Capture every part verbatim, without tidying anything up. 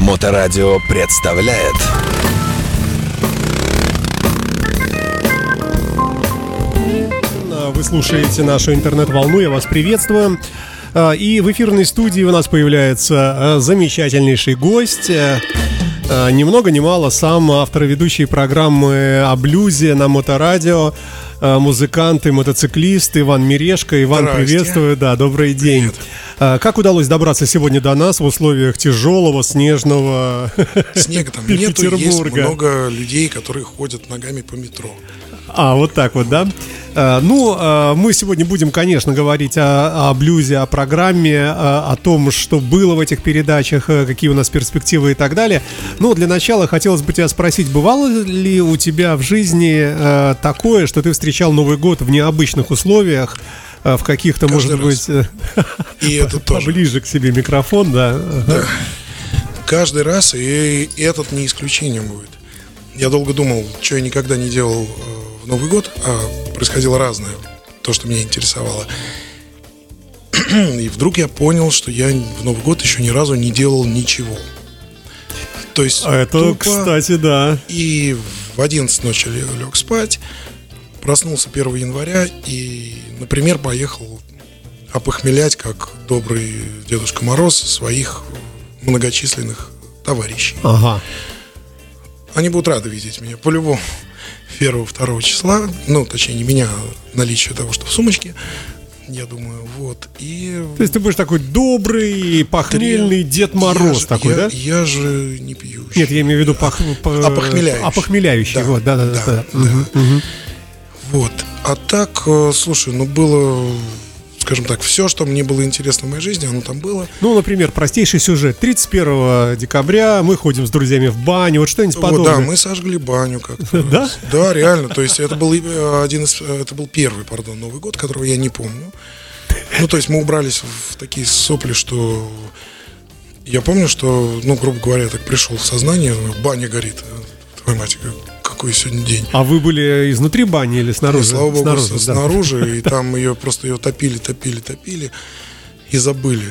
Моторадио представляет. Вы слушаете нашу интернет-волну, я вас приветствую. И в эфирной студии у нас появляется замечательнейший гость. Ни много ни мало сам автор и ведущий программы о блюзе на Моторадио, музыкант и мотоциклист Иван Мирешко. Иван, приветствую, да, добрый день. Привет. Как удалось добраться сегодня до нас в условиях тяжелого снежного снега там нету, есть много людей, которые ходят ногами по метро. А, вот так вот, да? Ну, мы сегодня будем, конечно, говорить о, о блюзе, о программе, о, о том, что было в этих передачах, какие у нас перспективы и так далее. Но для начала хотелось бы тебя спросить, бывало ли у тебя в жизни такое, что ты встречал Новый год в необычных условиях, в каких-то, каждый может раз. быть, и это тоже. Поближе к себе микрофон, да? Да. Каждый раз, и этот не исключением будет. Я долго думал, что я никогда не делал в Новый год, а происходило разное, то, что меня интересовало. И вдруг я понял, что я в Новый год еще ни разу не делал ничего. То есть а это, тупо, кстати, да. И в одиннадцать ночи лег спать, проснулся первого января и, например, поехал опохмелять, как добрый Дедушка Мороз, своих многочисленных товарищей. Ага. Они будут рады видеть меня по-любому первого-второго числа. Ну, точнее, не меня, а наличие того, что в сумочке. Я думаю, вот. И... То есть ты будешь такой добрый, похмельный Три... Дед Мороз я такой, я, да? Я же не пьющий. Нет, я имею в виду пох... опохмеляющий. Опохмеляющий, да, вот, да-да-да. Да, да. да. Угу, угу. Вот. А так, слушай, ну было... Скажем так, все, что мне было интересно в моей жизни, оно там было. Ну, например, простейший сюжет. тридцать первого декабря мы ходим с друзьями в баню, вот что-нибудь подобное. Вот, да, мы сожгли баню как-то. Да? Да, реально. То есть это был один из, это был первый, пардон, Новый год, которого я не помню. Ну, то есть мы убрались в такие сопли, что я помню, что, ну, грубо говоря, я так пришел в сознание, баня горит. Твою мать, какой сегодня день. А вы были изнутри бани или снаружи? Нет, слава богу, снаружи, да. снаружи, и там ее просто ее топили, топили, топили и забыли.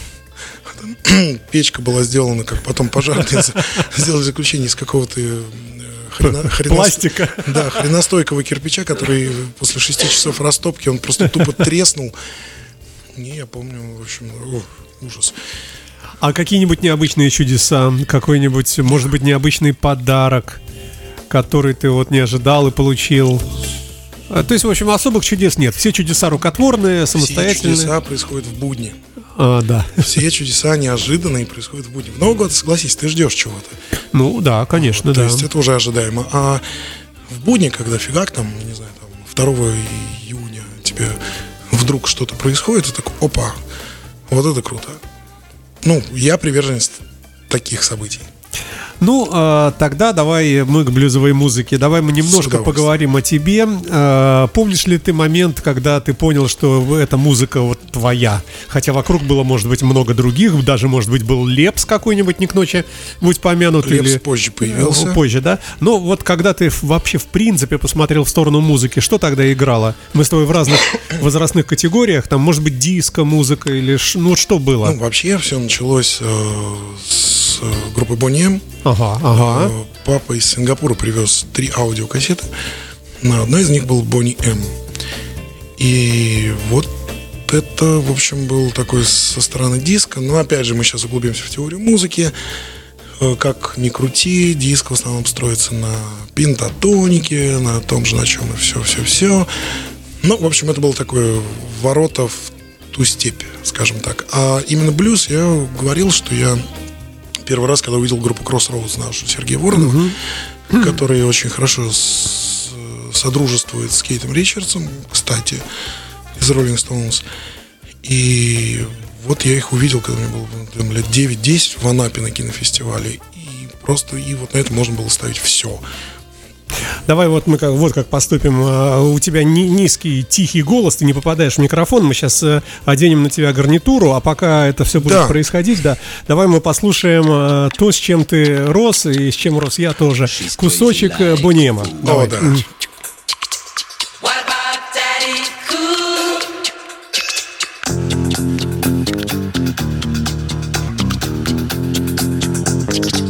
Печка была сделана, как потом пожарные сделали заключение из какого-то хрена, хрена, пластика. Да, хреностойкого кирпича, который после шести часов растопки он просто тупо треснул. Не, я помню, в общем, о, ужас. А какие-нибудь необычные чудеса, какой-нибудь, может быть, необычный подарок, который ты вот не ожидал и получил? То есть, в общем, особых чудес нет. Все чудеса рукотворные, самостоятельные. Все чудеса происходят в будни. А, да. Все чудеса неожиданные происходят в будни. В Новый год, согласись, ты ждешь чего-то. Ну, да, конечно, вот, да. То есть это уже ожидаемо. А в будни, когда фигак там, не знаю, там второго июня тебе вдруг что-то происходит, и такой, опа, вот это круто. Ну, я приверженец таких событий. Ну, э, тогда давай мы к блюзовой музыке. Давай мы немножко поговорим о тебе. Э, помнишь ли ты момент, когда ты понял, что эта музыка вот твоя? Хотя вокруг было, может быть, много других. Даже, может быть, был Лепс какой-нибудь, не к ночи будь помянут. Лепс или... позже появился. Позже, да? Но вот когда ты вообще, в принципе, посмотрел в сторону музыки, что тогда играло? Мы с тобой в разных возрастных категориях. Там, может быть, диско-музыка или... Ну, что было? Ну, вообще все началось э, с группы Boney M. Ага, ага. Папа из Сингапура привез три аудиокассеты. На одной из них был Boney M. И вот это, в общем, был такой со стороны диска. Но опять же, мы сейчас углубимся в теорию музыки. Как ни крути, диск в основном строится на пентатонике, на том же, на чем и все-все-все. Ну, в общем, это было такое ворота в ту степь, скажем так. А именно блюз, я говорил, что я первый раз, когда увидел группу Crossroads нашу, Сергея Воронова, uh-huh. который очень хорошо с, содружествует с Кейтом Ричардсом, кстати, из Rolling Stones. И вот я их увидел, когда мне было там, лет девять-десять в Анапе на кинофестивале. И просто, и вот на это можно было ставить все. Давай вот мы как, вот как поступим. У тебя ни, низкий, тихий голос, ты не попадаешь в микрофон. Мы сейчас оденем на тебя гарнитуру, а пока это все будет да. происходить, да, давай мы послушаем то, с чем ты рос и с чем рос я тоже. Кусочек Boney M. Давай. О, да. Thank you.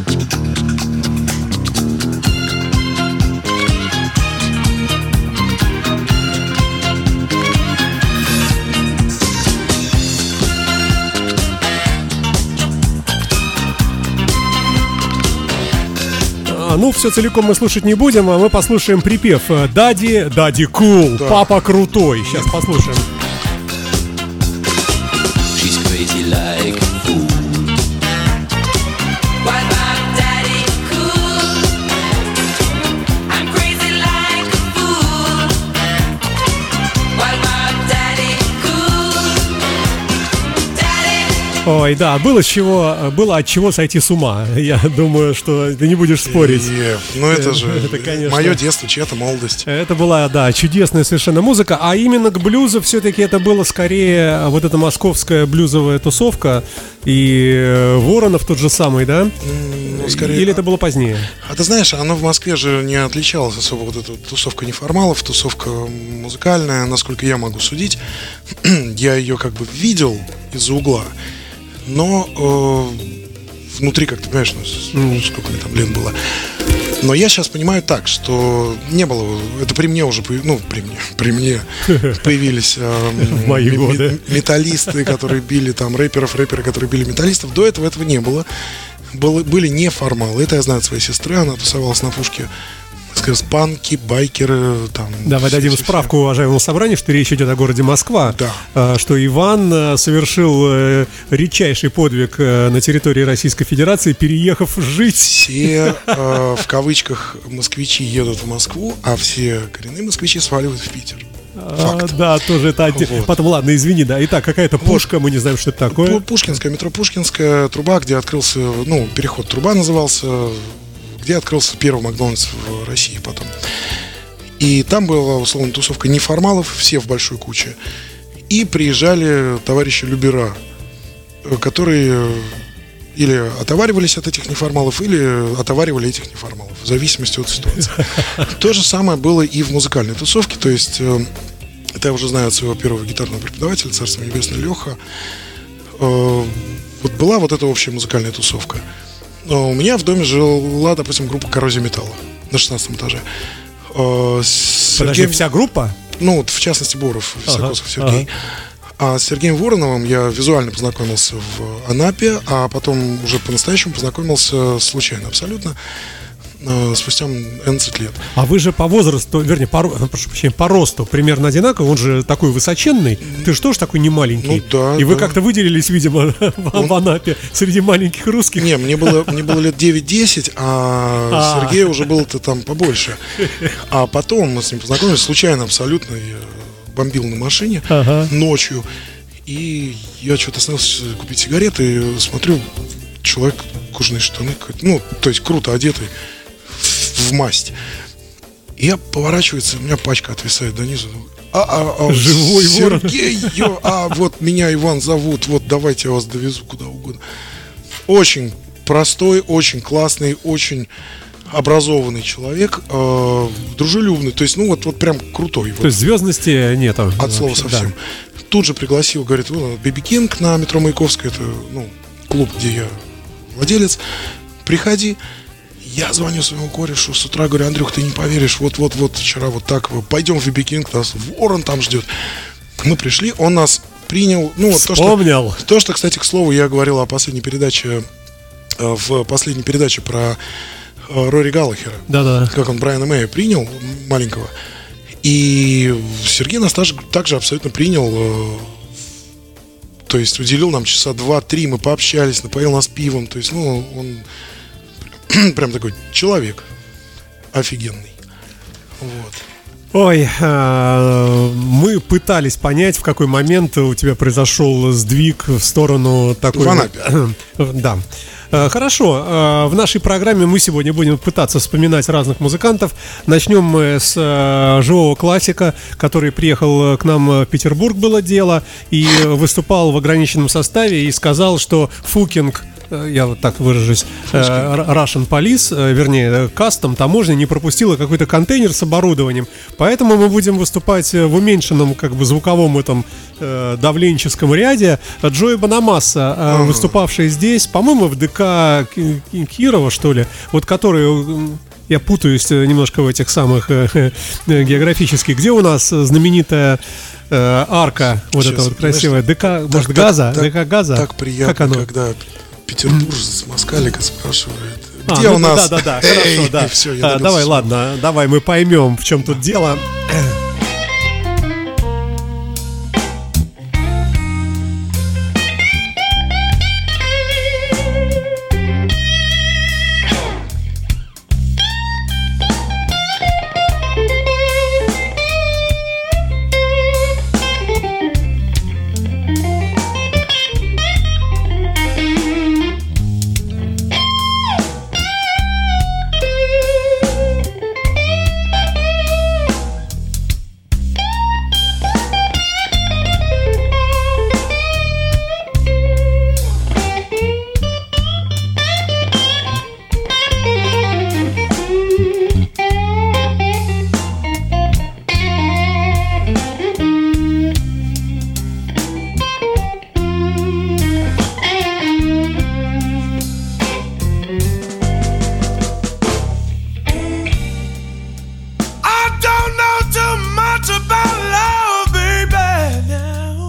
А, ну, все целиком мы слушать не будем, а мы послушаем припев. Дади, дади кул, Да. папа крутой. Сейчас послушаем. She's crazy like a fool. While my daddy cool, I'm crazy like a fool. While my daddy cool, daddy. Ой, да, было с чего, было от чего сойти с ума. Я думаю, что ты не будешь спорить. И, ну это же Это, конечно. мое детство, чья-то молодость. Это была, да, чудесная совершенно музыка. А именно к блюзу все-таки это было скорее вот эта московская блюзовая тусовка. И э, Воронов тот же самый, да? Ну, скорее, Или это было позднее? А ты знаешь, оно в Москве же не отличалось особо, вот эта тусовка неформалов, тусовка музыкальная, насколько я могу судить. Я ее как бы видел из-за угла, но э, внутри, как ты понимаешь, ну, сколько мне там лет было. Но я сейчас понимаю так, что не было, это при мне уже, появ- ну, при мне, при мне появились э, В мои ме- годы. ме- металлисты, которые били там рэперов, рэперы, которые били металлистов. До этого этого не было. Было, были неформалы. Это я знаю от своей сестры. Она тусовалась на Пушке. Скажем, панки, байкеры. Там, Давай все- дадим все- все. справку уважаемому собранию, что речь идет о городе Москва. Да. А, Что Иван а, совершил э, редчайший подвиг э, на территории Российской Федерации, переехав жить. Все, э, в кавычках, москвичи едут в Москву, а все коренные москвичи сваливают в Питер. А, Факт. да, тоже это отде- Вот. Потом, ладно, извини, да. Итак, какая-то пушка, мы не знаем, что это такое. Пу- Пушкинская, метро Пушкинская, труба, где открылся, ну, переход труба назывался, где открылся первый Макдональдс в России потом. И там была, условно, тусовка неформалов, все в большой куче. И приезжали товарищи Любера, э, которые или отоваривались от этих неформалов, или отоваривали этих неформалов, в зависимости от ситуации. То же самое было и в музыкальной тусовке, то есть э, это я уже знаю от своего первого гитарного преподавателя, царство небесное, Леха. Э, Вот была вот эта общая музыкальная тусовка. Но у меня в доме жила, допустим, группа «Коррозия металла» на шестнадцатом этаже. Э, с Подожди, Сергеем- вся группа? Ну, вот в частности, Боров, Високосов Ага, Сергей. А с Сергеем Вороновым я визуально познакомился в Анапе, а потом уже по-настоящему познакомился случайно абсолютно, э, спустя одиннадцать лет. А вы же по возрасту, вернее, по, ро- прошу прощения, по росту примерно одинаковый, он же такой высоченный. Ты же тоже такой не маленький. Ну да, И вы да. как-то выделились, видимо, в, в Анапе среди маленьких русских. Не, мне было, мне было лет девять-десять, а, А. Сергею уже было-то там побольше. А потом мы с ним познакомились случайно абсолютно. Я бомбил на машине Ага. ночью. И я что-то остановился купить сигареты. И смотрю, человек, кожаные штаны, какой-то, ну, то есть круто одетый, в, в масть. И я поворачиваюсь, у меня пачка отвисает до низу. А, а, а, Живой ворон. Сергей, ё, а вот меня Иван зовут, вот давайте я вас довезу куда угодно. Очень простой, очень классный, очень образованный человек, э, дружелюбный, то есть, ну вот, вот прям крутой. То Вот. есть звездности нет. От слова совсем. Тут же пригласил, говорит, вот Би Би Кинг на метро Маяковская, это, ну, клуб, где я владелец. Приходи. Я звоню своему корешу с утра, говорю, Андрюх, ты не поверишь, вот-вот-вот вчера вот так, пойдем в Би Би Кинг, нас Ворон там ждет. Мы пришли, он нас принял, ну, вот то, что, Вспомнил. то, что, кстати, к слову, я говорил о последней передаче, э, в последней передаче про э, Рори Галлахера. Да-да. Как он Брайана Мэя принял, маленького. И Сергей нас также, также абсолютно принял. э, То есть уделил нам часа два-три, мы пообщались, напоил нас пивом. То есть, ну, он прям такой человек офигенный. Вот. Ой, а, мы пытались понять, в какой момент у тебя произошел сдвиг в сторону такой... В Анапе. Да. А, Хорошо, а, в нашей программе мы сегодня будем пытаться вспоминать разных музыкантов. Начнем мы с а, живого классика, который приехал к нам в Петербург, было дело, и выступал в ограниченном составе и сказал, что фукинг, я вот так выражусь, э, Russian Police, э, вернее, кастом, таможня не пропустила какой-то контейнер с оборудованием. Поэтому мы будем выступать в уменьшенном, как бы, звуковом этом э, давленческом ряде. Джои Бонамасса, э, выступавший здесь, по-моему, в ДК Ки- Кирова, что ли, вот который... э, Я путаюсь э, немножко в этих самых э, э, географических. Где у нас знаменитая э, арка, вот Сейчас, эта вот красивая, ДК, Так- может, так- Газа? так- ДК Газа? Так приятно, Как оно? когда петербуржец Москалика спрашивает, А, Где ну у да, нас? Да, да, да, Эй, хорошо, да. всё, я А, добился. давай, ладно, давай мы поймем, в чем тут дело. I don't know too much about love, baby, now.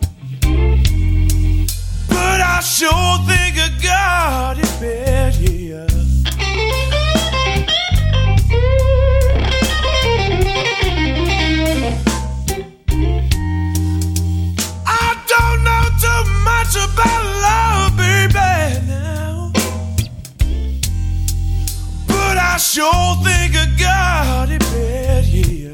But I sure think I got it bad, yeah. I don't know too much about love, baby, now. But I sure think I got it bad, yeah.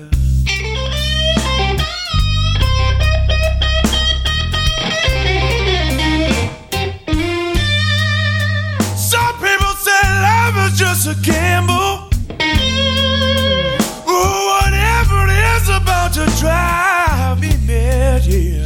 Some people say love is just a gamble. Oh, whatever it is about to drive me mad, yeah.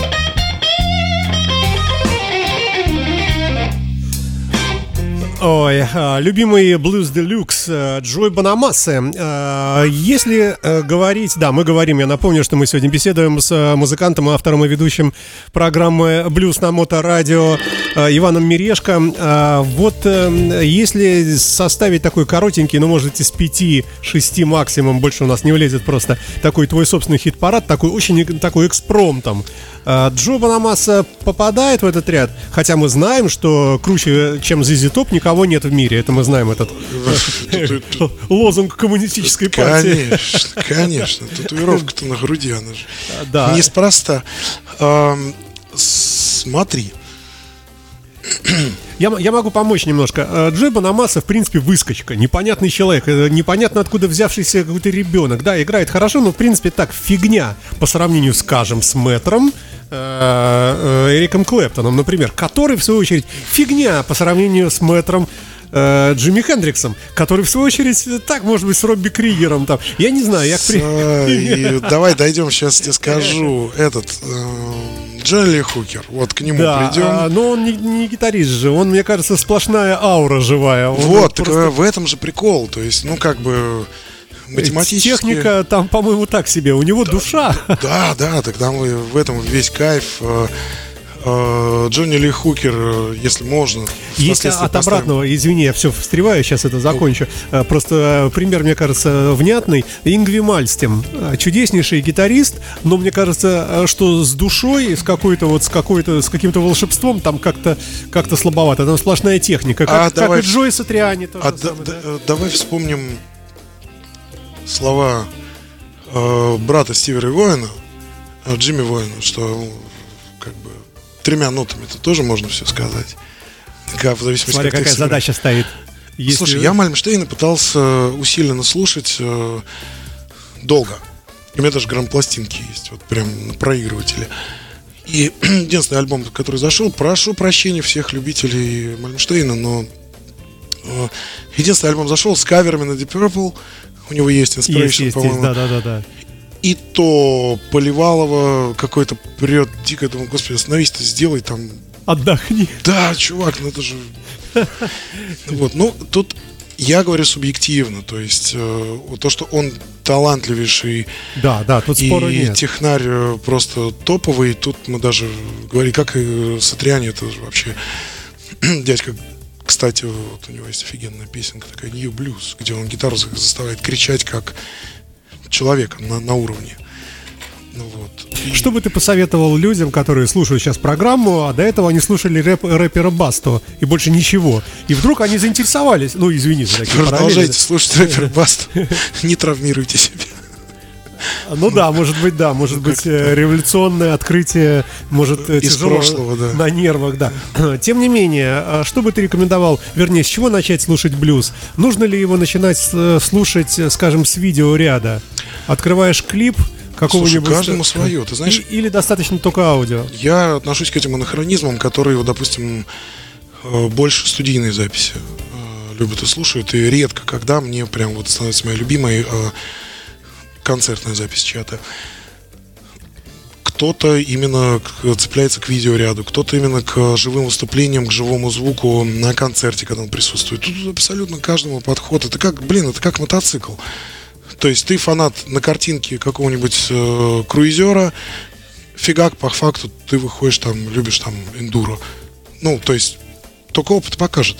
Ой, а, любимый Blues Deluxe э, Джой Бонамассе. Э, Если э, говорить, да, мы говорим, я напомню, что мы сегодня беседуем с э, музыкантом, автором и ведущим программы «Блюз» на Моторадио э, Иваном Мирешко. Э, Вот э, если составить такой коротенький, ну, может, из пяти-шести максимум, больше у нас не влезет просто, такой твой собственный хит-парад, такой очень такой экспромтом. Э, Джо Бонамассе попадает в этот ряд, хотя мы знаем, что круче, чем зэ зэ Топ, никого нет в мире. Это мы знаем, этот э, лозунг коммунистической партии. Конечно, конечно. Татуировка-то на груди, она же Да. неспроста. Ам, Смотри. Я, м- я могу помочь немножко. Э, Джой Бонамассе, в принципе, выскочка. Непонятный человек. э, Непонятно, откуда взявшийся какой-то ребенок. Да, играет хорошо, но, в принципе, так, фигня по сравнению, скажем, с мэтром э, э, Эриком Клэптоном, например, который, в свою очередь, фигня по сравнению с мэтром э, Джимми Хендриксом, который, в свою очередь, э, так, может быть, с Робби Кригером там. Я не знаю, я к при- А, и давай дойдем, сейчас тебе скажу. Этот эм, Джонни Ли Хукер. Вот к нему Да, придем. а, но он не, не гитарист же, он, мне кажется, сплошная аура живая. Он Вот, так, просто- э, в этом же прикол. То есть, ну, как бы математически. Техника там, по-моему, так себе. У него душа. Да, да, так там и в этом весь кайф. Э, э, Джонни Ли Хукер, э, если можно. Есть впоследствии от поставим. обратного, извини, я все встреваю, сейчас это закончу. Э, Просто э, пример, мне кажется, внятный. Ингви Мальстем, э, чудеснейший гитарист, но мне кажется, э, что с душой, с какой-то вот, с какой-то, с каким-то волшебством там как-то, как-то слабовато. Там сплошная техника. Как, А, как давай и Джой Сатриани тоже А да- самое, да- да. э, давай вспомним слова э, брата Стиви Рэй Воина, э, Джимми Воина, что ну, как бы тремя нотами это тоже можно все сказать. Как, в зависимости, Смотри, как ты какая их сыграешь. задача стоит. Если- Слушай, я Мальмштейна пытался усиленно слушать э, долго. У меня даже грампластинки есть, вот прям на проигрывателе. И единственный альбом, который зашел, прошу прощения всех любителей Мальмштейна, но э, единственный альбом зашел с каверами на Deep Purple. У него есть Inspiration, Есть, есть, по-моему. есть, да-да-да. И то Поливалова какой-то прет дико. Я думаю, господи, остановись, ты сделай там. Отдохни. Да, чувак, ну это же... Вот, ну, тут я говорю субъективно, то есть э, вот то, что он талантливейший Да, да, тут спора и нет. технарь э, просто топовый, тут мы даже говорили, как и Сатриани, это же вообще дядька. Кстати, вот у него есть офигенная песенка такая New Blues, где он гитару за- заставляет кричать как человека на, на уровне. Ну вот. И- Что бы ты посоветовал людям, которые слушают сейчас программу, а до этого они слушали рэп, рэпера Басту и больше ничего, и вдруг они заинтересовались, ну извини за такие параллели. Продолжайте слушать рэпера Басту. Не травмируйте себя. Ну да, может быть, да, может быть, э, революционное открытие, может, э, Из тяжело прошлого, да. на нервах, да. Тем не менее, а что бы ты рекомендовал, вернее, с чего начать слушать блюз? Нужно ли его начинать э, слушать, э, скажем, с видеоряда? Открываешь клип какого-нибудь... Слушай, каждому свое, ты знаешь. И- или достаточно только аудио? Я отношусь к этим анахронизмам, которые, вот, допустим, э, больше студийные записи э, любят и слушают. И редко, когда мне прям вот становится моей любимой э, концертная запись чья-то. Кто-то именно к- цепляется к видеоряду, кто-то именно к живым выступлениям, к живому звуку на концерте, когда он присутствует. Тут абсолютно каждому подход. Это как, блин, это как мотоцикл. То есть ты фанат на картинке какого-нибудь э, круизера, фигак, по факту ты выходишь там, любишь там эндуро. Ну, то есть только опыт покажет.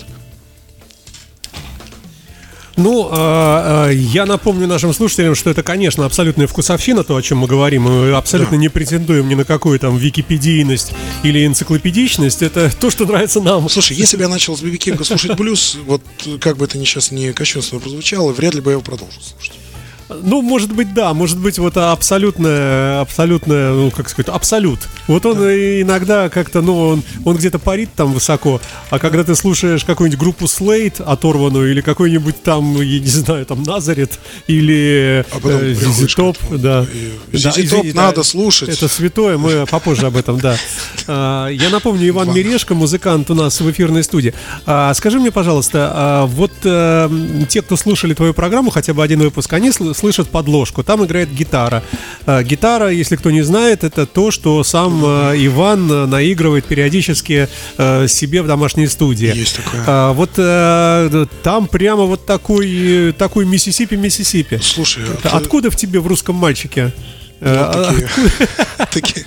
Ну, а, а, я напомню нашим слушателям, что это, конечно, абсолютная вкусовщина, то, о чем мы говорим. Мы абсолютно Да. не претендуем ни на какую там википедийность или энциклопедичность. Это то, что нравится нам. Слушай, если бы я начал с Би Би Кинга слушать блюз, вот как бы это ни сейчас не кощунственно прозвучало, вряд ли бы я его продолжил слушать. Ну, может быть, да, может быть, вот абсолютное, абсолютное, ну, как сказать, абсолют. Вот он и иногда как-то, ну, он, он где-то парит там высоко, а когда ты слушаешь какую-нибудь группу Slate оторванную, или какой-нибудь там, я не знаю, там, Назарет, или А потом э, приходишь зэ зэ к Топ, этому, да. и Да, зэ зэ извини, Топ да, надо слушать. Это святое, мы попозже об этом, да. А, Я напомню, Иван Мирешко, музыкант у нас в эфирной студии. А, Скажи мне, пожалуйста, а вот э, те, кто слушали твою программу, хотя бы один выпуск, они сл- слышат подложку. Там играет гитара. А, Гитара, если кто не знает, это то, что сам э, Иван э, наигрывает периодически э, себе в домашней студии. Есть такое. А, Вот э, там прямо вот такой, такой Миссисипи-Миссисипи. Слушай, а Это ты- Откуда в тебе в русском мальчике? Ну, Э, такие- такие.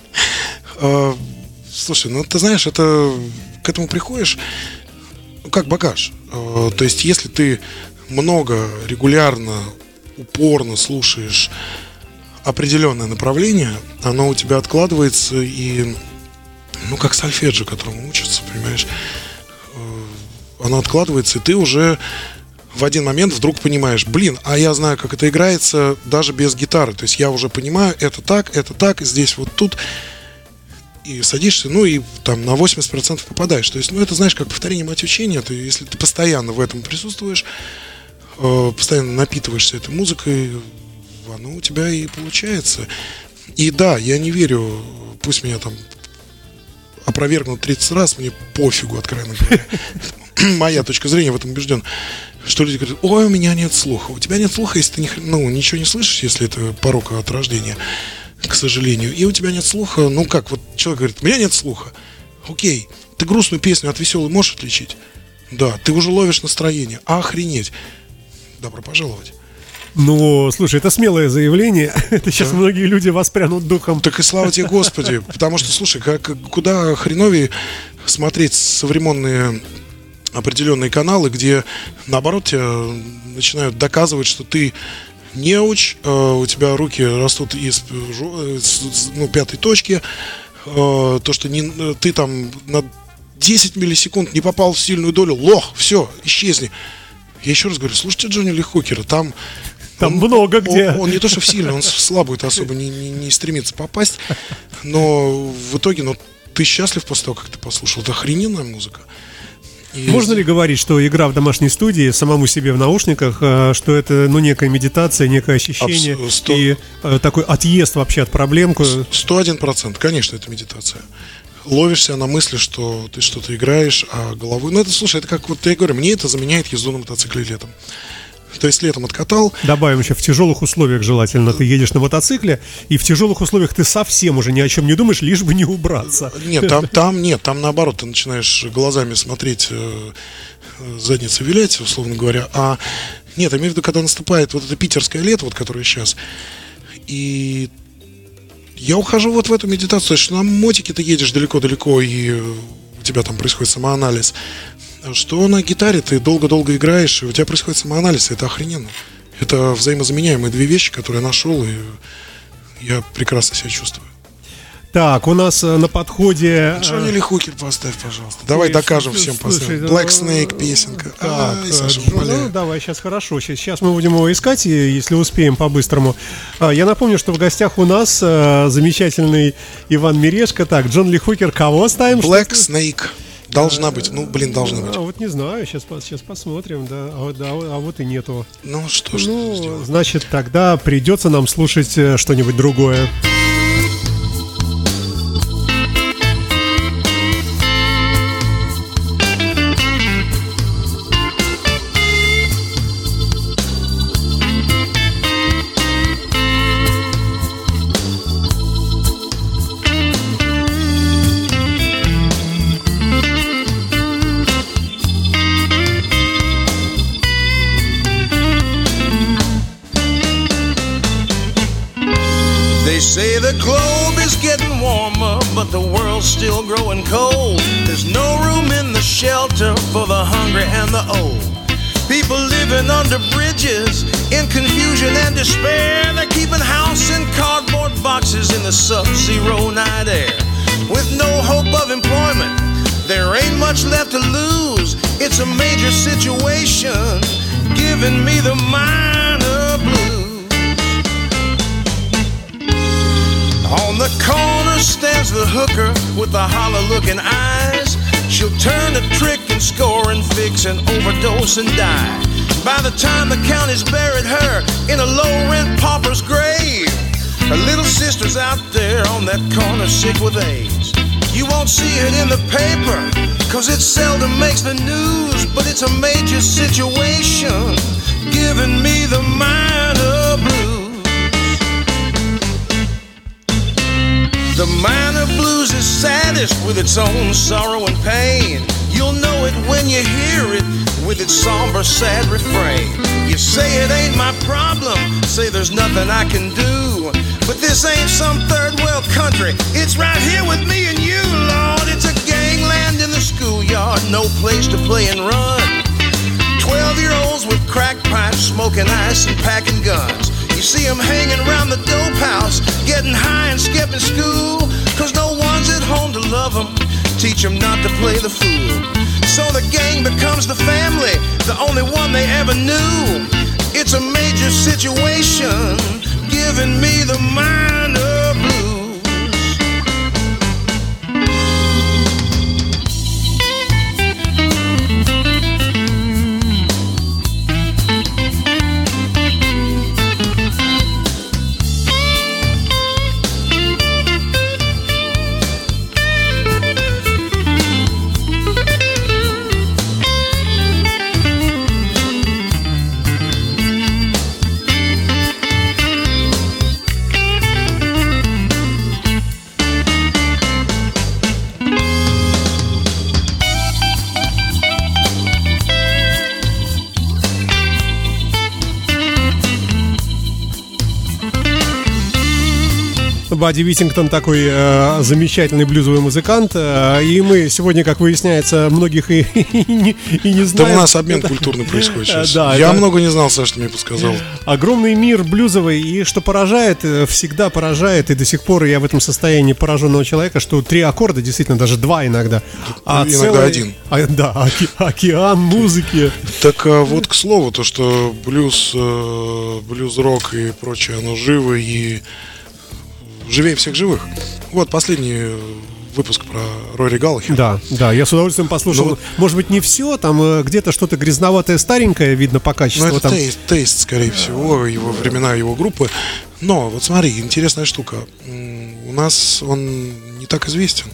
А, Слушай, ну ты знаешь, это к этому приходишь, ну, как багаж. А, То есть, если ты много, регулярно, упорно слушаешь определенное направление, оно у тебя откладывается и, ну, как сольфеджио, которому учатся, понимаешь, э, оно откладывается, и ты уже в один момент вдруг понимаешь, блин, а я знаю, как это играется даже без гитары. То есть я уже понимаю, это так, это так, здесь вот тут. И садишься, ну и там на восемьдесят процентов попадаешь. То есть, ну это, знаешь, как повторение мать учения. Ты, если ты постоянно в этом присутствуешь, э, постоянно напитываешься этой музыкой, оно у тебя и получается. И да, я не верю, пусть меня там опровергнут тридцать раз, мне пофигу, откровенно говоря. Моя точка зрения в этом убежден. Что люди говорят, ой, у меня нет слуха. У тебя нет слуха, если ты не, ну, ничего не слышишь, если это порок от рождения, к сожалению. И у тебя нет слуха, ну как, вот человек говорит, у меня нет слуха. Окей, ты грустную песню от веселой можешь отличить? Да, ты уже ловишь настроение. Охренеть. Добро пожаловать. Ну, слушай, это смелое заявление. Это сейчас многие люди воспрянут духом. Так и слава тебе, Господи. Потому что, слушай, как, куда хреновее смотреть современные определенные каналы, где, наоборот, тебя начинают доказывать, что ты неуч, э, у тебя руки растут из жо- с- ну, пятой точки, э, то, что не, ты там на десять миллисекунд не попал в сильную долю, лох, все, исчезни. Я еще раз говорю, слушайте Джонни Ли Хукера, там... Там он- много где. Он, он не то, что в сильную, он в слабую-то особо не, не, не стремится попасть, но в итоге, ну, ты счастлив после того, как ты послушал. Это охрененная музыка. И Можно ли говорить, что игра в домашней студии самому себе в наушниках, э, что это, ну, некая медитация, некое ощущение Абс- сто- и э, такой отъезд вообще от проблем? сто один процент, конечно, это медитация. Ловишься на мысли, что ты что-то играешь, а головой... Ну, это, слушай, это как вот я говорю, мне это заменяет езду на мотоцикле летом. То есть летом откатал, Добавим еще, в тяжелых условиях желательно. Ты едешь на мотоцикле, и в тяжелых условиях ты совсем уже ни о чем не думаешь, лишь бы не убраться. нет, там, там нет, там наоборот, ты начинаешь глазами смотреть, э, э, задницей вилять, условно говоря, а нет, я имею в виду, когда наступает вот это питерское лето, вот которое сейчас, и я ухожу вот в эту медитацию, то есть на мотике ты едешь далеко-далеко, и э, у тебя там происходит самоанализ, что на гитаре ты долго-долго играешь, и у тебя происходит самоанализ, и это охрененно. Это взаимозаменяемые две вещи, которые я нашел, и я прекрасно себя чувствую. Так, у нас э, на подходе... Джонни Ли Хукер поставь, пожалуйста. Давай Ой, докажем слушай, всем поставим. слушай, Black ну, Snake песенка. Так, Ай, Саша, Джо- умоляю. ну, давай, сейчас хорошо. Сейчас мы будем его искать, и- если успеем по-быстрому. А, Я напомню, что в гостях у нас э, замечательный Иван Мирешко. Так, Джон Ли Хукер, кого ставим? Black Что- Snake. Должна быть. Ну, блин, должна быть. А вот не знаю, сейчас, сейчас посмотрим, да. А, вот- да, а вот и нету. Ну, что ж Ну, сделать? значит, тогда придется нам слушать э, что-нибудь другое. They say the globe is getting warmer, but the world's still growing cold. There's no room in the shelter for the hungry and the old. People living under bridges in confusion and despair. They're keeping house in cardboard boxes in the sub-zero night air. With no hope of employment, there ain't much left to lose. It's a major situation, giving me the minor blues. On the corner stands the hooker with the hollow-looking eyes. She'll turn a trick and score and fix an overdose and die. By the time the county's buried her in a low-rent pauper's grave, her little sister's out there on that corner sick with AIDS. You won't see it in the paper, cause it seldom makes the news, but it's a major situation, giving me the minor blues. The minor blues is saddest with its own sorrow and pain. You'll know it when you hear it with its somber, sad refrain. You say it ain't my problem, say there's nothing I can do. But this ain't some third world country, it's right here with me and you, Lord. It's a gangland in the schoolyard, no place to play and run. Twelve-year-olds with crack pipes, smoking ice and packing guns. You see them hanging around the dope house, getting high and skipping school, cause no one's at home to love them, teach them not to play the fool. So the gang becomes the family, the only one they ever knew. It's a major situation, giving me the minor blues. Бадди Витингтон такой э, замечательный блюзовый музыкант, э, и мы сегодня, как выясняется, многих и, и, не, и не Да знаем. у нас обмен культурный происходит сейчас. Да, Я это- много не знал, Саша, ты мне подсказал. Огромный мир блюзовый, и что поражает, э, всегда поражает, и до сих пор я в этом состоянии пораженного человека, что три аккорда, действительно, даже два иногда. А Иногда целый- один. а, да, оке- океан музыки. Так а, вот к слову, то, что блюз, э, блюз-рок и прочее, оно живо и живее всех живых. Вот последний выпуск про Рори Галлахера. Да, да, я с удовольствием послушал. Ну, Может быть, не все, там э, где-то что-то грязноватое, старенькое видно по Ну, качеству. это там. тейст, тейст, скорее всего, его времена, его группы. Но, вот смотри, интересная штука. М, У нас он не так известен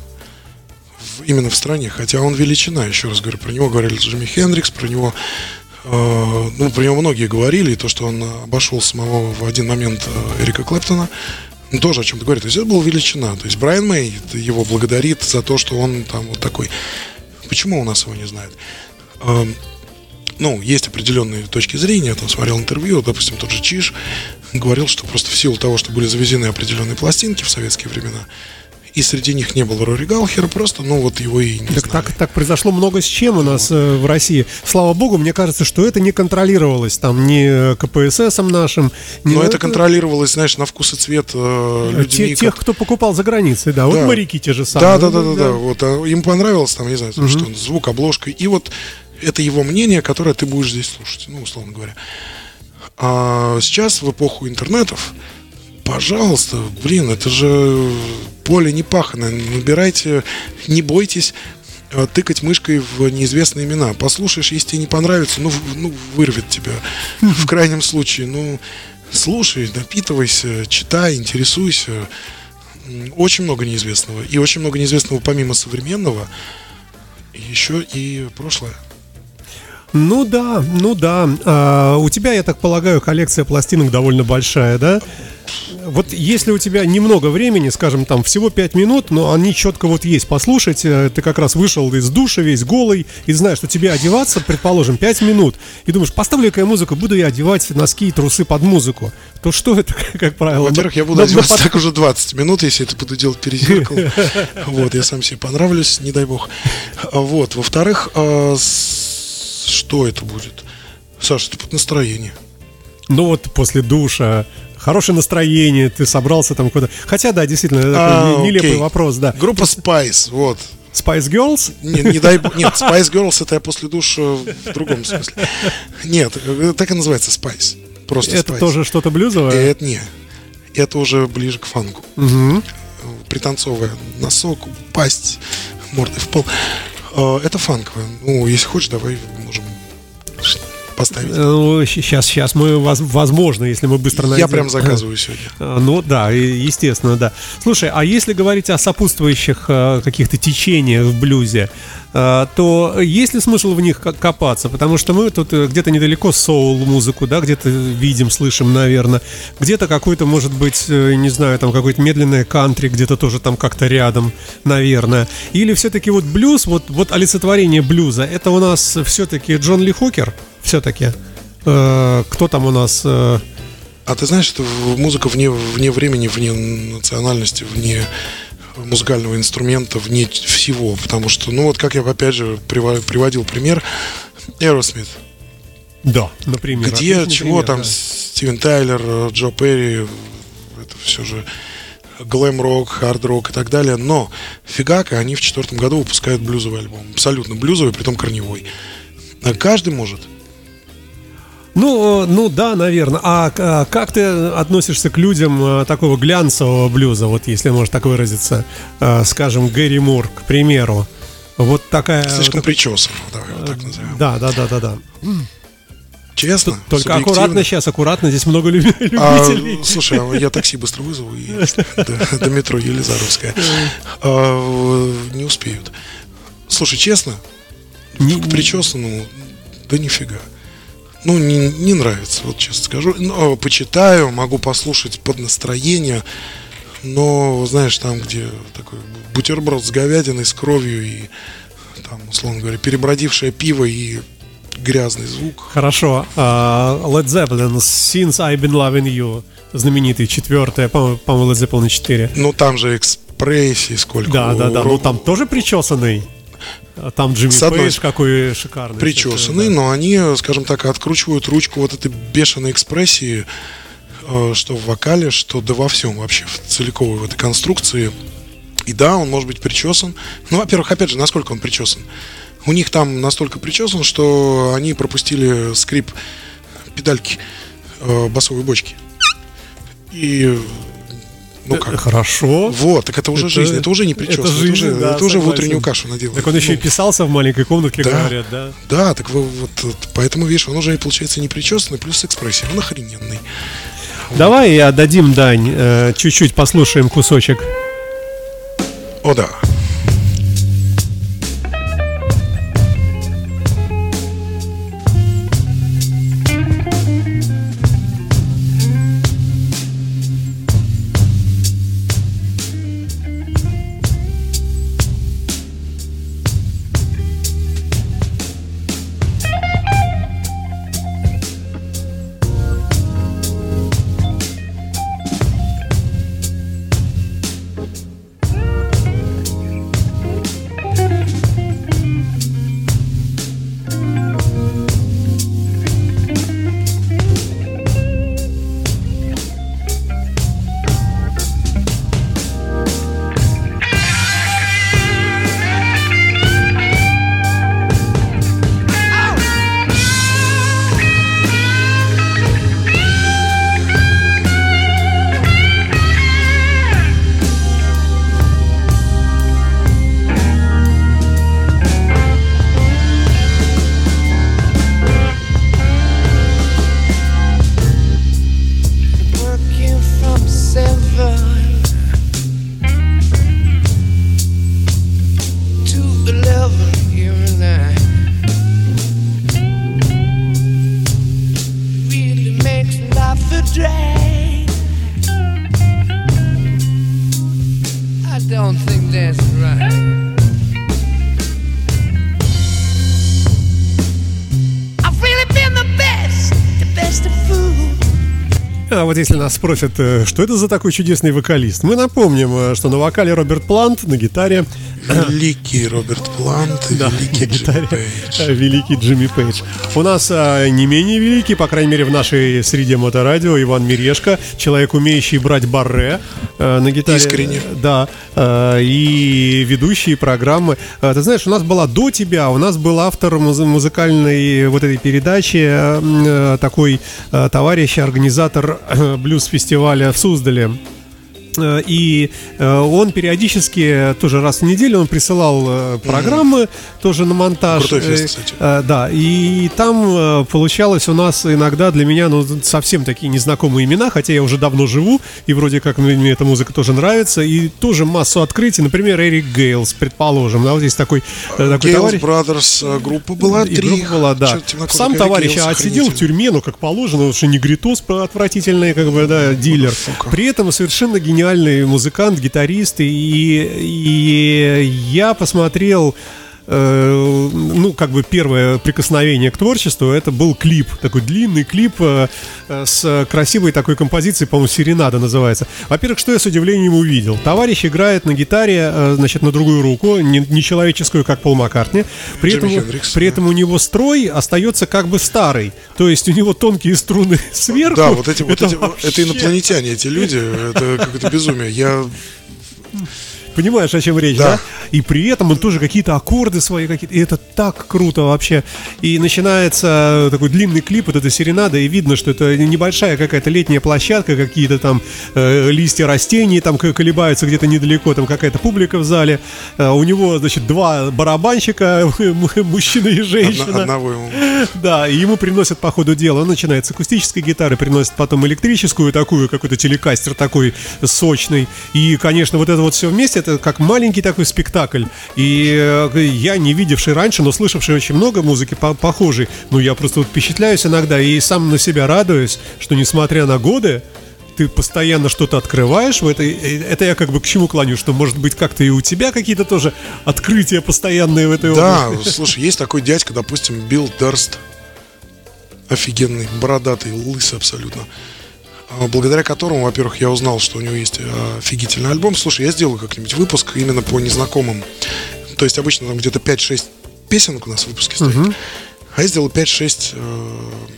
в- именно в стране, хотя он величина, еще раз говорю, про него говорили Джимми Хендрикс, про него, э, ну, про него многие говорили, и то, что он обошел самого в один момент э, Эрика Клэптона, ну, тоже о чем-то говорит. То есть это была величина. То есть Брайан Мэй его благодарит за то, что он там вот такой. Почему у нас его не знают? Эм, Ну, есть определенные точки зрения. Я там смотрел интервью, допустим, тот же Чиж говорил, что просто в силу того, что были завезены определенные пластинки в советские времена, И среди них не было Рори Галлахера, просто, ну, вот его и не Так, знали. так, так произошло много с чем у нас э, в России. Слава богу, мне кажется, что это не контролировалось там ни КПССом нашим, ни Но на- это контролировалось, знаешь, на вкус и цвет э, те- людьми. тех, как- кто покупал за границей, да. Вот Да. моряки те же самые. Да, да, да, да, да. Вот, а им понравилось там, не знаю, там, что звук, обложка. И вот это его мнение, которое ты будешь здесь слушать, ну, условно говоря. А сейчас, в эпоху интернетов, пожалуйста, блин, это же поле не паханое. Набирайте, не бойтесь э, тыкать мышкой в неизвестные имена. Послушаешь, если тебе не понравится, ну, в- ну вырвет тебя. В крайнем случае, ну, слушай, напитывайся, читай, интересуйся. М, Очень много неизвестного. И очень много неизвестного помимо современного. Еще и прошлое. Ну да, ну да. А, у тебя, я так полагаю, коллекция пластинок довольно большая, да? Вот если у тебя немного времени, скажем, там всего пять минут, но они четко вот есть послушать, э, ты как раз вышел из душа весь голый и знаешь, что тебе одеваться, предположим, пять минут, и думаешь, поставлю-ка я музыку, буду я одевать носки и трусы под музыку, то что это, как правило? Во-первых, я буду на- на одеваться под- так уже двадцать минут, если это буду делать перед зеркалом. Вот, я сам себе понравлюсь, не дай бог. А Вот, во-вторых, а, с- что это будет? Саша, это под настроение. Ну вот после душа, хорошее настроение, ты собрался там куда-то. Хотя, да, действительно, это А, такой не- нелепый окей. вопрос, да. Группа Spice, вот. Spice Girls? Не, не дай бог. Нет, Spice Girls это я после душа в другом смысле. Нет, э, так и называется Spice. Просто Это Spice. тоже что-то блюзовое? Э, Это не. Это уже ближе к фанку. Мгм. Пританцовывая носок, упасть мордой в пол. Э, Это фанковое. Ну, если хочешь, давай можем поставить. Сейчас, сейчас мы, воз- возможно, если мы быстро найдем. Я прям заказываю сегодня. А, Ну да, и- естественно, да. Слушай, а если говорить о сопутствующих э, каких-то течениях в блюзе, э, то есть ли смысл в них ко- копаться? Потому что мы тут э, где-то недалеко соул-музыку, да, где-то видим, слышим, наверное. Где-то какой-то, может быть, э, не знаю, там какое-то медленное кантри, где-то тоже там как-то рядом, наверное. Или все-таки вот блюз, вот, вот олицетворение блюза, это у нас все-таки Джон Ли Хукер? Все-таки. Э, кто там у нас? э, А ты знаешь, что в- музыка вне, вне времени, вне национальности, вне музыкального инструмента, вне всего. Потому что, ну вот как я опять же прива- приводил пример, Aerosmith. Да, например. Где, отличный чего пример, там да. Стивен Тайлер, Джо Перри, это все же глэм-рок, хард-рок и так далее. Но фигака, они в четвертом году выпускают блюзовый альбом. Абсолютно блюзовый, притом корневой. А каждый может. Ну, э, ну да, наверное. А, а как ты относишься к людям э, такого глянцевого блюза, вот если можно так выразиться, Э, скажем, Гэри Мур, к примеру. Вот такая. Слишком вот- причесан, давай его так назовем. Да, да, да, да, да. Честно, Только субъективно. аккуратно сейчас, аккуратно. Здесь много люб- А, любителей. слушай, а я такси быстро вызову и до, до метро Елизаровская. А, не успеют. Слушай, честно, Не- к причесанному, да нифига. Ну, не, не нравится, вот честно скажу. Но почитаю, могу послушать под настроение, но, знаешь, там, где такой бутерброд с говядиной, с кровью и, там, условно говоря, перебродившее пиво и грязный звук. Хорошо. А, Led Zeppelin, Since I've Been Loving You, знаменитый, четвертая, по-моему, по-моему, Led Zeppelin четыре. Ну, там же экспрессии сколько. Да, да, да. Ну урок- там тоже причесанный. А Там Джимми С одной Пейдж с- какой шикарный. причесаны, Да. но они, скажем так, откручивают ручку вот этой бешеной экспрессии, э, что в вокале, что да во всем вообще, в целиковой в этой конструкции. И да, он может быть причесан. Ну, во-первых, опять же, насколько он причесан? У них там настолько причесан, что они пропустили скрип педальки э, басовой бочки. И, ну как, Хорошо. вот, так это уже Это- жизнь, это уже не это причесан, это, жизнь, уже, да, это уже в согласен. утреннюю кашу наделал. Так он еще и Ну, писался в маленькой комнатке, Да. говорят, да? Да, так вы вот, вот поэтому, видишь, он уже получается не причесанный, плюс экспрессия, он охрененный. Давай отдадим дань, э, чуть-чуть послушаем кусочек. О, да. А вот если нас спросят, э, что это за такой чудесный вокалист, мы напомним, э, что на вокале Роберт Плант, на гитаре Великий Роберт Плант и Да, великий на гитаре, Джимми Пейдж. э, великий Джимми Пейдж. У нас а, не менее великий, по крайней мере в нашей среде моторадио, Иван Мирешко, человек, умеющий брать барре э, на гитаре. Искренне. Да, э, и ведущие программы. Э, Ты знаешь, у нас была до тебя, у нас был автор муз- музыкальной вот этой передачи, э, такой э, товарищ, организатор э, блюз-фестиваля в Суздале. Э, И э, он периодически, тоже раз в неделю, он присылал э, программы, тоже на монтаж. Крутой фест, Э, кстати. э, Да, и там э, получалось у нас иногда для меня, ну, совсем такие незнакомые имена, хотя я уже давно живу, и вроде как мне мне эта музыка тоже нравится, и тоже массу открытий, например, Эрик Гейлс, предположим, да, вот здесь такой, э, такой Gales товарищ. Brothers, э, группа была, И три. группа была, да. Чё-то темнокожий Сам Эрик товарищ Гейлс, отсидел в охренительный. тюрьме, ну, как положено, потому что негритос отвратительный, как бы, да, дилер. Сука. При этом совершенно гениальный музыкант, гитарист, и, и я посмотрел... э, Ну, как бы первое прикосновение к творчеству, это был клип, такой длинный клип э, э, с красивой такой композицией, по-моему, «Серенада» называется. Во-первых, что я с удивлением увидел? Товарищ играет на гитаре, э, значит, на другую руку, не, не человеческую, как Пол Маккартни. При Джимми этом, Хендрикс, при да. этом у него строй остается как бы старый. То есть у него тонкие струны сверху. Да, вот эти, вот Это эти, вообще- это инопланетяне, эти люди, это какое-то безумие. Я Понимаешь, о чем речь, Да. да? И при этом он тоже какие-то аккорды свои какие-то. И это так круто вообще. И начинается такой длинный клип, вот эта серенада, и видно, что это небольшая какая-то летняя площадка, какие-то там э, листья растений там к- колебаются где-то недалеко, там какая-то публика в зале. Э, у него, значит, два барабанщика, мужчина и женщина. одна- одного ему. Да, и ему приносят по ходу дела. Он начинает с акустической гитары, приносит потом электрическую, такую, какой-то телекастер такой сочный. И, конечно, вот это вот все вместе, это как маленький такой спектакль. И э, я, не видевший раньше, но слышавший очень много музыки по- похожей, ну, я просто вот впечатляюсь иногда и сам на себя радуюсь, что, несмотря на годы, ты постоянно что-то открываешь в этой. Это я как бы к чему клоню, что, может быть, как-то и у тебя какие-то тоже открытия постоянные в этой Да, области. слушай, есть такой дядька, допустим, Билл Дерст. Офигенный, бородатый, лысый абсолютно. А, Благодаря которому, во-первых, я узнал, что у него есть а, офигительный альбом. Слушай, я сделаю как-нибудь выпуск именно по незнакомым. То есть обычно там где-то пять-шесть песенок у нас в выпуске стоит. А я сделал пять-шесть, э,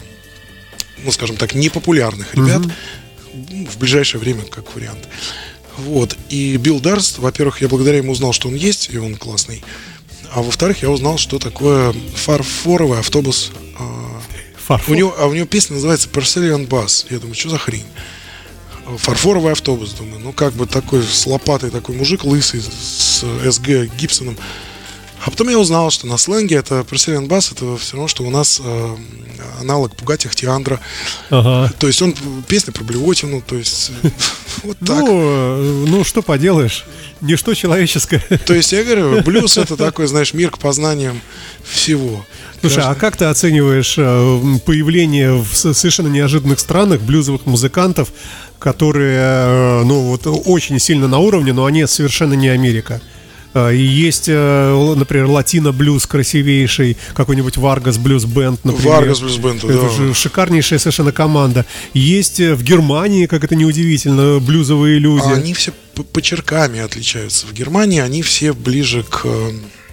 ну, скажем так, непопулярных ребят. Ну, в ближайшее время, как вариант. Вот. И Билл Дарст, во-первых, я благодаря ему узнал, что он есть, и он классный. А во-вторых, я узнал, что такое фарфоровый автобус. а, Фарфор. У него, а у него песня называется Porcelain Bus. Я думаю, что за хрень? Фарфоровый автобус, думаю. Ну, как бы такой с лопатой такой мужик, лысый, с эс гэ Гибсоном. А потом я узнал, что на сленге это Porcelain Bus, это все равно, что у нас э, аналог Пугатти Хтиандра. Ага. То есть он песня про блевотину, то есть э, вот так. Ну, э, ну, что поделаешь, ничто человеческое. То есть я говорю, блюз это такой, знаешь, мир к познаниям всего. Слушай, а как ты оцениваешь э, появление в с- совершенно неожиданных странах блюзовых музыкантов, которые, э, ну, вот очень сильно на уровне, но они совершенно не Америка? Э, И есть, э, например, латино-блюз красивейший, какой-нибудь Варгас Блюз Бенд, например. Варгас Блюз Бенд, Это да. же шикарнейшая совершенно команда. Есть э, в Германии, как это неудивительно, блюзовые люди. А они все по по черками отличаются. В Германии они все ближе к... э,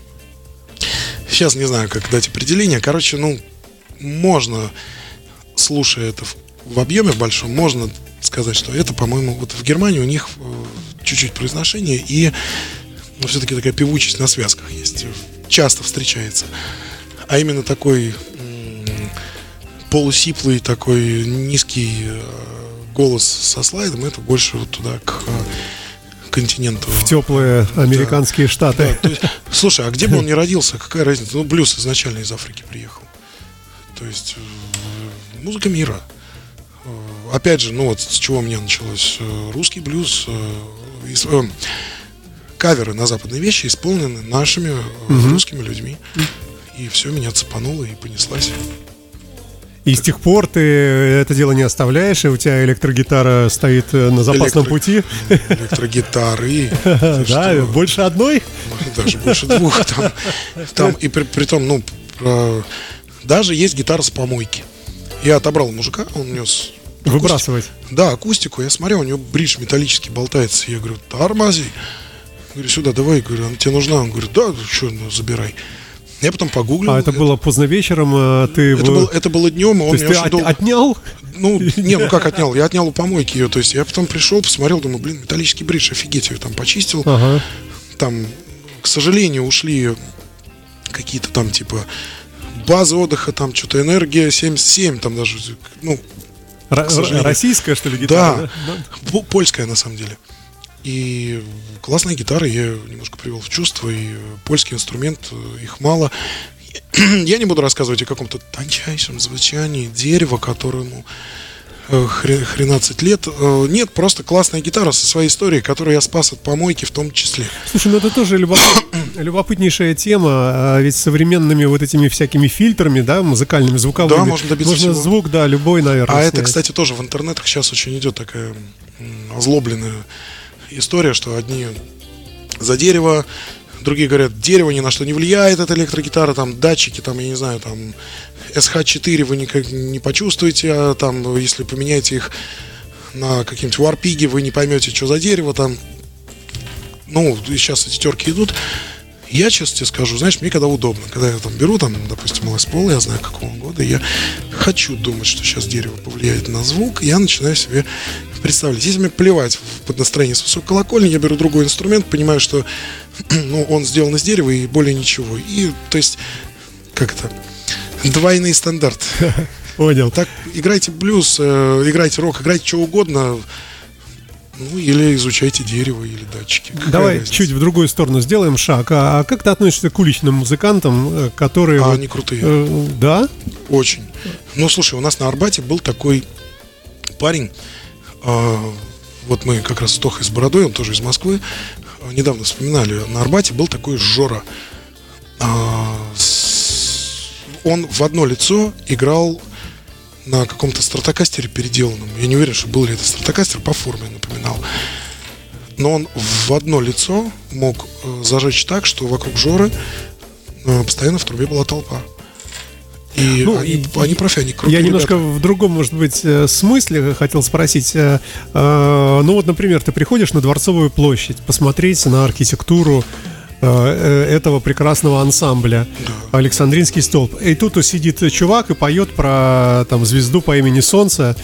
Сейчас не знаю, как дать определение. Короче, ну, можно, слушая это в, в объеме большом, можно сказать, что это, по-моему, вот в Германии у них э, чуть-чуть произношение и, ну, все-таки такая певучесть на связках есть. Часто встречается. А именно такой м, полусиплый, такой низкий э, голос со слайдом, это больше вот туда, к э, континенту. В теплые американские штаты. Да, то есть, слушай, а где бы он ни родился, какая разница? Ну, блюз изначально из Африки приехал. То есть э, музыка мира. Э, Опять же, ну вот с чего у меня началось. Э, Русский блюз, э, из- э, каверы на западные вещи исполнены нашими э, русскими людьми. И все, меня цепануло и понеслась. И с тех пор ты это дело не оставляешь, и у тебя электрогитара стоит э, на запасном Электро- пути. Электрогитары. Ты Да, что? больше одной. Даже больше двух там. Там и при, при том, ну, про- даже есть гитара с помойки. Я отобрал у мужика, он нес Выбрасывать. Да, акустику. Я смотрю, у него бридж металлический болтается. Я говорю, тормози. Говорю, сюда давай. Говорю, она тебе нужна? Он говорит, да, что, ну, забирай. Я потом погуглил. А это было поздно вечером, а ты... Это, был- было, это было днем, и он То есть меня ты очень от- долго... отнял? Ну, не, ну как отнял? Я отнял у помойки ее. То есть я потом пришел, посмотрел, думаю, блин, металлический бридж, офигеть, ее там почистил. Ага. Там, к сожалению, ушли какие-то там, типа, базы отдыха, там что-то энергия семьдесят семь, там даже, ну, Р- к сожалению. Российская, что ли, гитара? Да, П- польская на самом деле. И классная гитара, я ее немножко привел в чувство, и польский инструмент, их мало. Я не буду рассказывать о каком-то тончайшем звучании дерева, которому э, хре- хренадцать лет. Э, Нет, просто классная гитара со своей историей, которую я спас от помойки в том числе. Слушай, ну это тоже любопыт- любопытнейшая тема, а ведь современными вот этими всякими фильтрами, да, музыкальными, звуковыми, Да, можно добиться всего. звук, да, любой, наверное, А это, снять. кстати, тоже в интернетах сейчас очень идет такая м, озлобленная история, что одни за дерево, другие говорят, дерево ни на что не влияет, это электрогитара, там датчики, там, я не знаю, там эс ха четыре вы никак не почувствуете, а там, если поменяете их на какие-нибудь варпиги, вы не поймете, что за дерево там. Ну, и сейчас эти терки идут. Я, честно тебе скажу, знаешь, мне когда удобно, когда я там беру, там, допустим, лес Пол, я знаю какого года, я хочу думать, что сейчас дерево повлияет на звук, я начинаю себе представлять. Если мне плевать под настроение с высокой колокольни, я беру другой инструмент, понимаю, что ну, он сделан из дерева и более ничего. И, то есть, как это, двойный стандарт. Понял. Так, играйте блюз, э, играйте рок, играйте что угодно, ну, или изучайте дерево, или датчики. Какая Давай разница? чуть в другую сторону сделаем шаг. А, а как ты относишься к уличным музыкантам, э, которые... А вот, они крутые. э, да? Очень. Ну, слушай, у нас на Арбате был такой парень, а, вот мы как раз с Тохой с Бородой, он тоже из Москвы, а, недавно вспоминали, на Арбате был такой Жора. А, с- он в одно лицо играл на каком-то стратокастере переделанном. Я не уверен, что был ли это стратокастер, по форме напоминал. Но он в одно лицо мог э, зажечь так, что вокруг Жоры э, постоянно в трубе была толпа. И Ну, они, и- они профи, они крутые Я немножко ребята. в другом, может быть, э, смысле хотел спросить. Э, э, Ну вот, например, ты приходишь на Дворцовую площадь посмотреть на архитектуру э, э, этого прекрасного ансамбля «Александринский столб». И тут сидит чувак и поет про там звезду по имени Солнце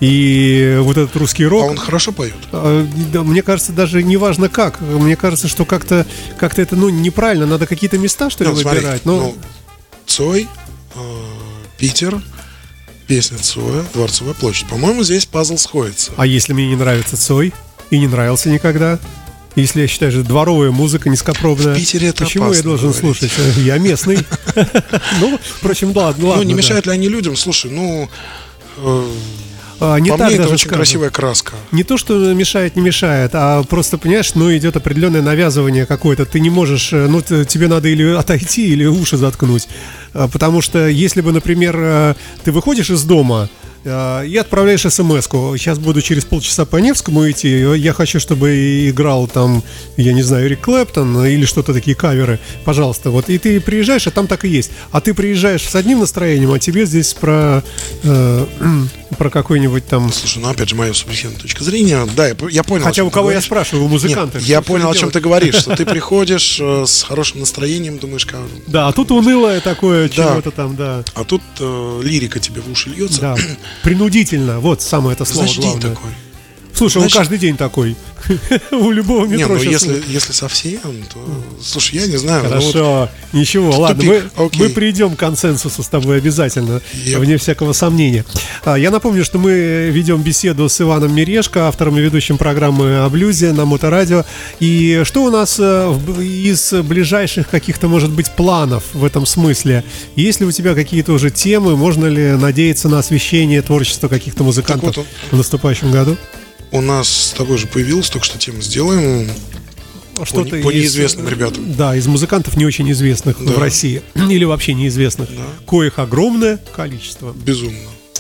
и вот этот русский рок. А он хорошо поет. А, да, мне кажется, даже не важно как. Мне кажется, что как-то как-то это ну неправильно. Надо какие-то места, что ли, Ну, смотри, выбирать. Но ну, Цой, э, Питер, песня Цоя, Дворцовая площадь. По-моему, здесь пазл сходится. А если мне не нравится Цой и не нравился никогда? Если я считаю, что это дворовая музыка низкопробная, В Питере это почему я опасно должен говорить. слушать? Я местный. Ну, впрочем, да, ладно. Ну, не да. мешают ли они людям? Слушай, ну, э, А, не по так мне это даже очень скажу. красивая краска. Не то, что мешает, не мешает, а просто, понимаешь, ну, идет определенное навязывание какое-то. Ты не можешь, э, ну, т- тебе надо или отойти, или уши заткнуть. А, Потому что, если бы, например, э, ты выходишь из дома э, и отправляешь смс-ку, сейчас буду через полчаса по Невскому идти, я хочу, чтобы играл там, я не знаю, Эрик Клэптон или что-то, такие каверы, пожалуйста, вот. И ты приезжаешь, а там так и есть. А ты приезжаешь с одним настроением, а тебе здесь про, э, про какой-нибудь там... Слушай, ну, опять же, моя субъективная точка зрения. Да, я, п- я понял. о Хотя чем у ты кого я говоришь. спрашиваю, у музыкантов. Нет, я Что понял, о они чем ты делают? говоришь, что ты приходишь э, с хорошим настроением, думаешь, как... Да, а тут унылое такое, Да. чего-то там, да. А тут э, лирика тебе в уши льется. Да, принудительно, вот самое это слово Значит, день главное. такой. Слушай, Значит- он каждый день такой. У любого Не, метро ну сейчас. если, если совсем, то... Слушай, я не знаю. ну вот Хорошо, ничего, ладно, мы, тупик, окей. мы придем к консенсусу с тобой обязательно, Yep. вне всякого сомнения. А, Я напомню, что мы ведем беседу с Иваном Мирешко, автором и ведущим программы о блюзе на Моторадио. И что у нас э, в- из ближайших каких-то, может быть, планов в этом смысле? Есть ли у тебя какие-то уже темы? Можно ли надеяться на освещение творчества каких-то музыкантов Так вот в наступающем году? у нас с тобой же появилась только что тема «Сделаем». Что-то не- по из- неизвестным ребятам. Да, из музыкантов не очень известных Да. в России. Или вообще неизвестных. Да. Коих огромное количество. Безумно.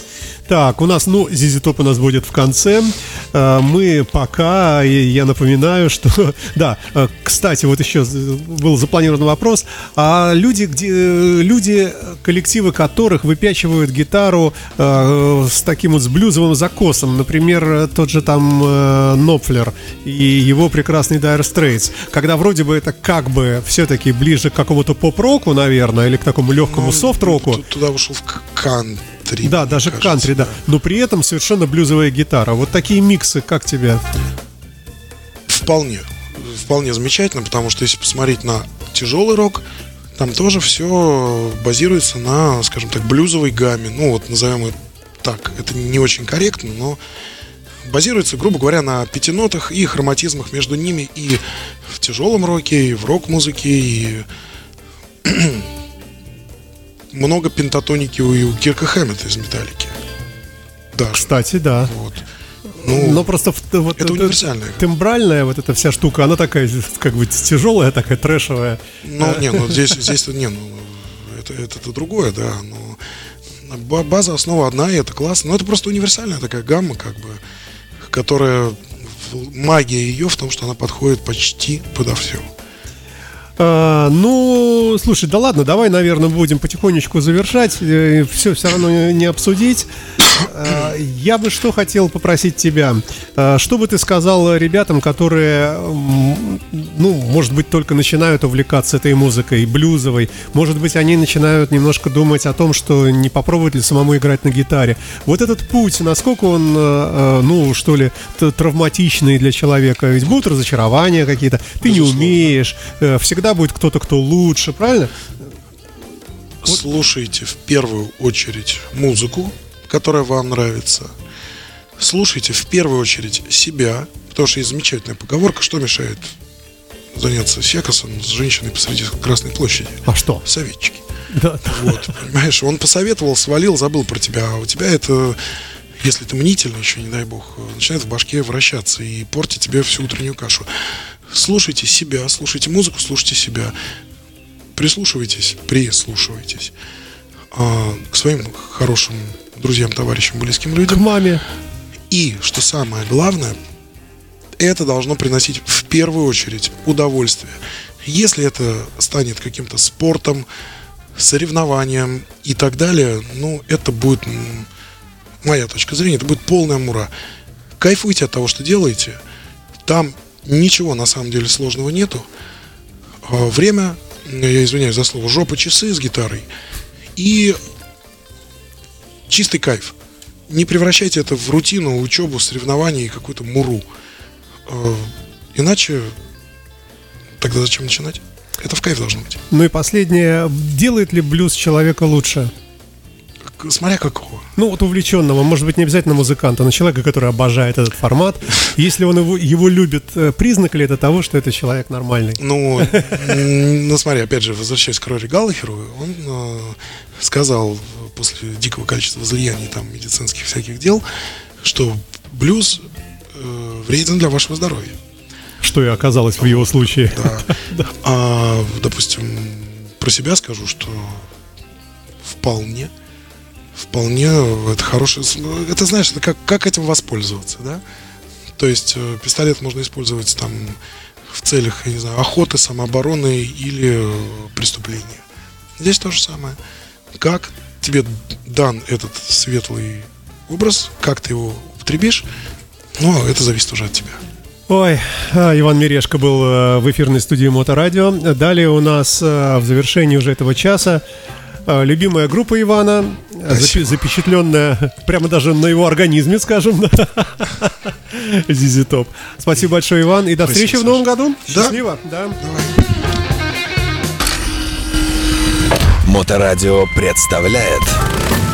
Так, у нас, ну, Зизи Топ у нас будет в конце. Э, Мы пока, и я напоминаю, что... Да, э, кстати, вот еще был запланирован вопрос. А люди, где, люди, коллективы которых выпячивают гитару э, с таким вот с блюзовым закосом, например, тот же там э, Нопфлер и его прекрасный Dire Straits, когда вроде бы это как бы все-таки ближе к какому-то поп-року, наверное, или к такому легкому Ну, софт-року. т- Туда ушел в к- кантри. Да, мне даже кажется, кантри, да. Но при этом совершенно блюзовая гитара. Вот такие миксы, как тебе? Вполне. Вполне замечательно, потому что если посмотреть на тяжелый рок, там тоже все базируется на, скажем так, блюзовой гамме. Ну, вот назовем ее так. Это не очень корректно, но базируется, грубо говоря, на пятинотах и хроматизмах между ними и в тяжелом роке, и в рок-музыке, и много пентатоники у, и у Кирка Хэммета из Металлики. Да. Кстати, да. Вот. Ну, Но просто в- вот это универсальная. тембральная вот эта вся штука, она такая как бы тяжелая, такая трэшевая. Ну, не, ну здесь, здесь не, ну, это, это, это другое, да, но ба- база, основа одна, и это классно. Но это просто универсальная такая гамма, как бы, которая, в- магия ее в том, что она подходит почти подо все. А, ну, слушай, да ладно, давай, наверное, будем потихонечку завершать. Все, все равно не обсудить. А, я бы что хотел попросить тебя. А, что бы ты сказал ребятам, которые, м, ну, может быть, только начинают увлекаться этой музыкой, блюзовой. Может быть, они начинают немножко думать о том, что не попробовать ли самому играть на гитаре. Вот этот путь, насколько он, а, ну, что ли, т- травматичный для человека. Ведь будут разочарования какие-то. Ты не Безусловно. умеешь. э, Всегда будет кто-то, кто лучше, правильно? Слушайте в первую очередь музыку, которая вам нравится. Слушайте в первую очередь себя, потому что есть замечательная поговорка, что мешает заняться сексом с женщиной посреди Красной площади. А что? Советчики. Да. Вот, понимаешь, он посоветовал, свалил, забыл про тебя, а у тебя это, если ты мнительный еще, не дай бог, начинает в башке вращаться и портить тебе всю утреннюю кашу. Слушайте себя, слушайте музыку, слушайте себя. Прислушивайтесь, прислушивайтесь а, к своим хорошим друзьям, товарищам, близким К людям. маме. И, что самое главное, это должно приносить в первую очередь удовольствие. Если это станет каким-то спортом, соревнованием и так далее, ну, это будет, м, моя точка зрения, это будет полная мура. Кайфуйте от того, что делаете. Там ничего на самом деле сложного нету. А, Время, я извиняюсь за слово, жопа, часы с гитарой и чистый кайф. Не превращайте это в рутину, учебу, соревнования и какую-то муру. А, Иначе тогда зачем начинать? Это в кайф должно быть. Ну и последнее. Делает ли блюз человека лучше? К- Смотря какого. Ну, вот увлеченного, может быть, не обязательно музыканта, но человека, который обожает этот формат. Если он его, его любит, э, признак ли это того, что это человек нормальный? Ну, м, ну смотри, опять же, возвращаясь к Рори Галлахеру, он э, сказал после дикого количества возлияний там медицинских всяких дел, что блюз э, вреден для вашего здоровья. Что и оказалось в его случае. Да. А, допустим, про себя скажу, что вполне, вполне это хорошее. Это знаешь, это как, как этим воспользоваться, да? То есть э, пистолет можно использовать там в целях, я не знаю, охоты, самообороны или э, преступления. Здесь то же самое. Как тебе дан этот светлый образ, как ты его употребишь, ну, это зависит уже от тебя. Ой, а, Иван Мирешко был э, в эфирной студии Моторадио. Далее у нас э, в завершении уже этого часа э, любимая группа Ивана, э, запи- запечатленная прямо даже на его организме, скажем. Зизи Топ. Спасибо большое, Иван, и до Спасибо, встречи в новом Саша. году. Да. Счастливо. Да. Моторадио представляет